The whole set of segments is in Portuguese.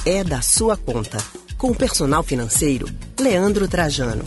é da sua conta. Com o personal financeiro, Leandro Trajano.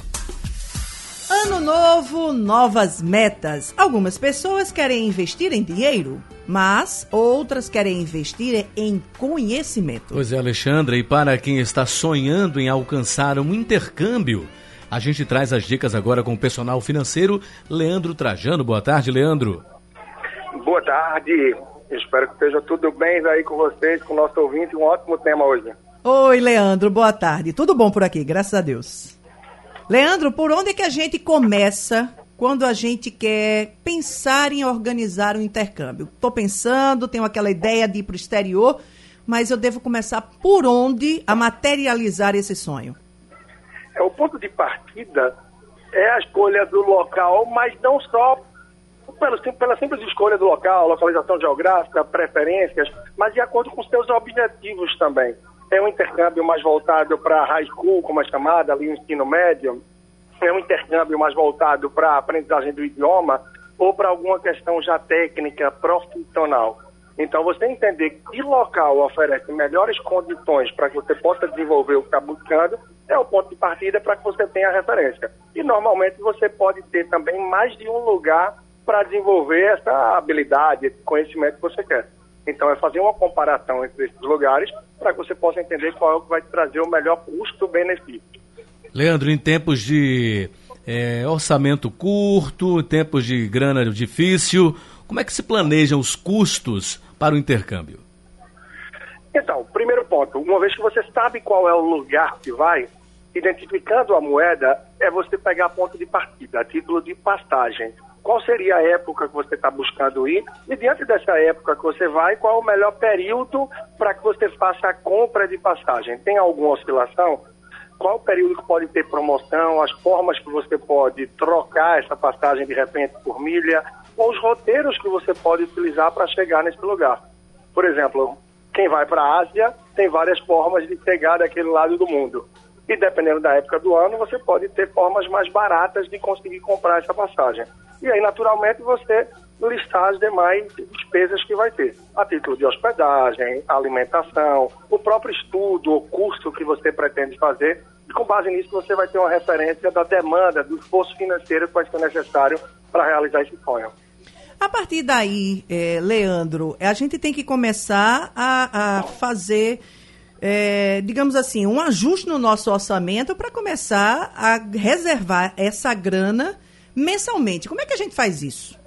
Ano novo, novas metas. Algumas pessoas querem investir em dinheiro, mas outras querem investir em conhecimento. Pois é, Alexandra, e para quem está sonhando em alcançar um intercâmbio, a gente traz as dicas agora com o personal financeiro Leandro Trajano. Boa tarde, Leandro. Boa tarde. Espero que esteja tudo bem aí com vocês, com o nosso ouvinte. Um ótimo tema hoje. Oi, Leandro. Boa tarde. Tudo bom por aqui, graças a Deus. Leandro, por onde é que a gente começa quando a gente quer pensar em organizar um intercâmbio? Estou pensando, tenho aquela ideia de ir para o exterior, mas eu devo começar por onde a materializar esse sonho? O ponto de partida é a escolha do local, mas não só pela simples escolha do local, localização geográfica, preferências, mas de acordo com seus objetivos também. É um intercâmbio mais voltado para high school, como é chamada, ali o ensino médio. É um intercâmbio mais voltado para a aprendizagem do idioma ou para alguma questão já técnica, profissional. Então, você entender que local oferece melhores condições para que você possa desenvolver o que está buscando é o ponto de partida para que você tenha referência. E, normalmente, você pode ter também mais de um lugar para desenvolver essa habilidade, esse conhecimento que você quer. Então, é fazer uma comparação entre esses lugares para que você possa entender qual é o que vai te trazer o melhor custo-benefício. Leandro, em tempos de orçamento curto, tempos de grana difícil, como é que se planejam os custos para o intercâmbio? Então, primeiro ponto, uma vez que você sabe qual é o lugar que vai, identificando a moeda, é você pegar ponto de partida, a título de passagem. Qual seria a época que você está buscando ir? E diante dessa época que você vai, qual é o melhor período para que você faça a compra de passagem? Tem alguma oscilação? Qual o período que pode ter promoção? As formas que você pode trocar essa passagem de repente por milha? Ou os roteiros que você pode utilizar para chegar nesse lugar? Por exemplo, quem vai para a Ásia tem várias formas de chegar daquele lado do mundo. E dependendo da época do ano, você pode ter formas mais baratas de conseguir comprar essa passagem. E aí, naturalmente, você listar as demais despesas que vai ter. A título de hospedagem, alimentação, o próprio estudo, o curso que você pretende fazer. E com base nisso, você vai ter uma referência da demanda, do esforço financeiro que vai ser necessário para realizar esse sonho. A partir daí, Leandro, a gente tem que começar a fazer, digamos assim, um ajuste no nosso orçamento para começar a reservar essa grana mensalmente. Como é que a gente faz isso?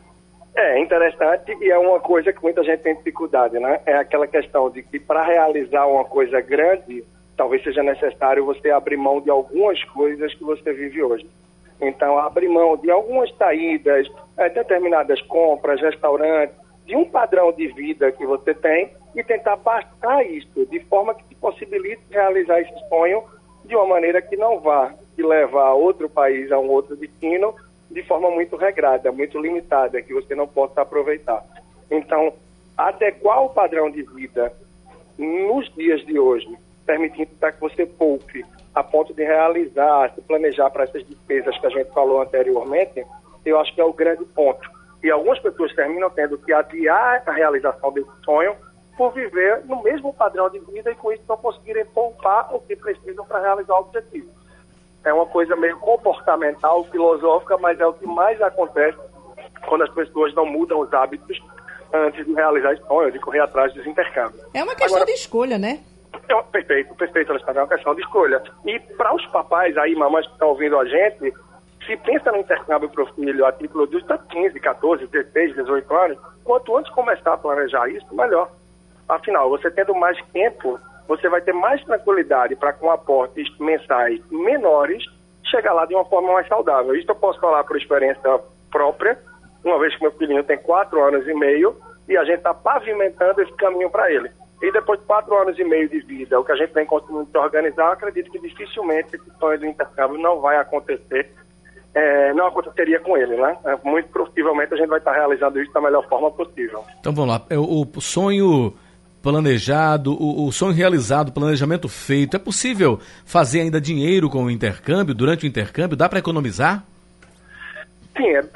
É interessante e é uma coisa que muita gente tem dificuldade, né? É aquela questão de que para realizar uma coisa grande, talvez seja necessário você abrir mão de algumas coisas que você vive hoje. Então, abrir mão de algumas saídas, determinadas compras, restaurantes, de um padrão de vida que você tem e tentar baixar isso de forma que te possibilite realizar esse sonho de uma maneira que não vá te levar a outro país, a um outro destino, de forma muito regrada, muito limitada, que você não possa aproveitar. Então, adequar o padrão de vida nos dias de hoje, permitindo que você poupe a ponto de realizar, se planejar para essas despesas que a gente falou anteriormente, eu acho que é o grande ponto. E algumas pessoas terminam tendo que adiar a realização desse sonho por viver no mesmo padrão de vida e com isso não conseguirem poupar o que precisam para realizar o objetivo. É uma coisa meio comportamental, filosófica, mas é o que mais acontece quando as pessoas não mudam os hábitos antes de realizar esse sonho, de correr atrás dos intercâmbios. É uma questão de escolha, né? Perfeito, Alexandre, é uma questão de escolha. E para os papais aí, mamães que estão ouvindo a gente, se pensa no intercâmbio para o filho a título dos 15, 14, 16, 18 anos, quanto antes começar a planejar isso, melhor. Afinal, você tendo mais tempo, você vai ter mais tranquilidade para com aportes mensais menores, chegar lá de uma forma mais saudável. Isso eu posso falar por experiência própria, uma vez que meu filhinho tem 4 anos e meio e a gente está pavimentando esse caminho para ele. E depois de 4 anos e meio de vida, o que a gente vem conseguindo se organizar, eu acredito que dificilmente esse sonho do intercâmbio não vai acontecer, não aconteceria com ele, né? Muito possivelmente a gente vai estar realizando isso da melhor forma possível. Então vamos lá, o sonho planejado, o sonho realizado, o planejamento feito, é possível fazer ainda dinheiro com o intercâmbio, durante o intercâmbio? Dá para economizar? Sim, é bem possível.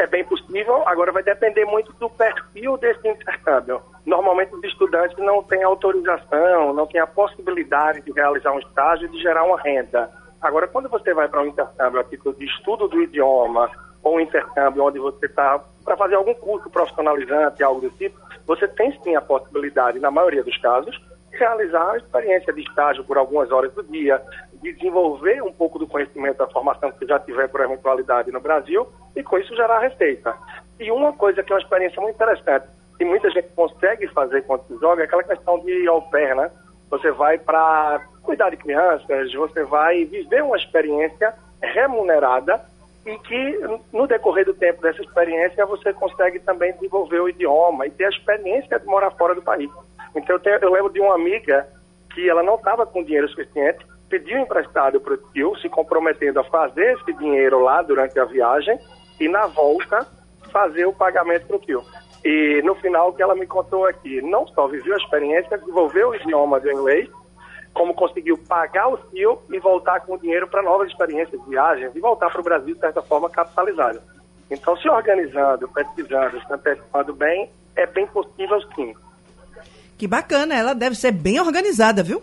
possível. Agora vai depender muito do perfil desse intercâmbio. Normalmente os estudantes não têm autorização, não têm a possibilidade de realizar um estágio e de gerar uma renda. Agora, quando você vai para um intercâmbio a título de estudo do idioma, ou um intercâmbio onde você está para fazer algum curso profissionalizante, algo do tipo, você tem sim a possibilidade, na maioria dos casos, de realizar a experiência de estágio por algumas horas do dia, de desenvolver um pouco do conhecimento da formação que você já tiver por eventualidade no Brasil e com isso gerar receita. E uma coisa que é uma experiência muito interessante, que muita gente consegue fazer quando se joga, é aquela questão de au pair, né? Você vai para cuidar de crianças, você vai viver uma experiência remunerada e que no decorrer do tempo dessa experiência você consegue também desenvolver o idioma e ter a experiência de morar fora do país. Então eu lembro de uma amiga que ela não estava com dinheiro suficiente, pediu emprestado para o tio, se comprometendo a fazer esse dinheiro lá durante a viagem e na volta fazer o pagamento para o tio. E no final o que ela me contou aqui, não só viveu a experiência, desenvolveu o idioma do inglês, como conseguiu pagar o tio e voltar com o dinheiro para novas experiências de viagens e voltar para o Brasil de certa forma capitalizado. Então, se organizando, pesquisando, se antecipando bem, é bem possível sim. Que bacana, ela deve ser bem organizada, viu?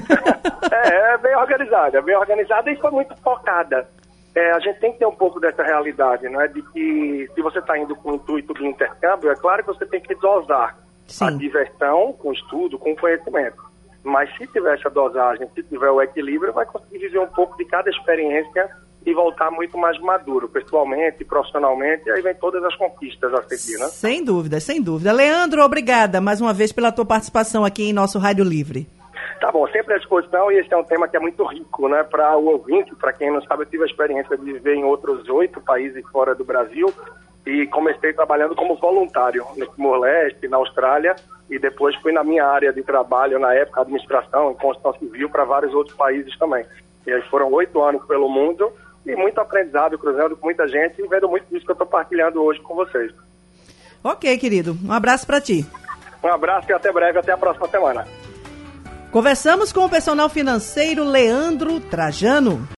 É bem organizada e foi muito focada. A gente tem que ter um pouco dessa realidade, né? De que se você está indo com o intuito de intercâmbio, é claro que você tem que dosar a diversão com o estudo, com o conhecimento. Mas se tiver essa dosagem, se tiver o equilíbrio, vai conseguir viver um pouco de cada experiência e voltar muito mais maduro, pessoalmente, profissionalmente, e aí vem todas as conquistas a seguir, né? Sem dúvida, sem dúvida. Leandro, obrigada mais uma vez pela tua participação aqui em nosso Rádio Livre. Tá bom, sempre à disposição, e esse é um tema que é muito rico, né? Para o ouvinte, para quem não sabe, eu tive a experiência de viver em outros 8 países fora do Brasil e comecei trabalhando como voluntário no Timor-Leste, na Austrália, e depois fui na minha área de trabalho, na época, administração e construção civil, para vários outros países também. E aí foram 8 anos pelo mundo e muito aprendizado, cruzando com muita gente e vendo muito disso que eu estou partilhando hoje com vocês. Ok, querido. Um abraço para ti. Um abraço e até breve, até a próxima semana. Conversamos com o personal financeiro Leandro Trajano.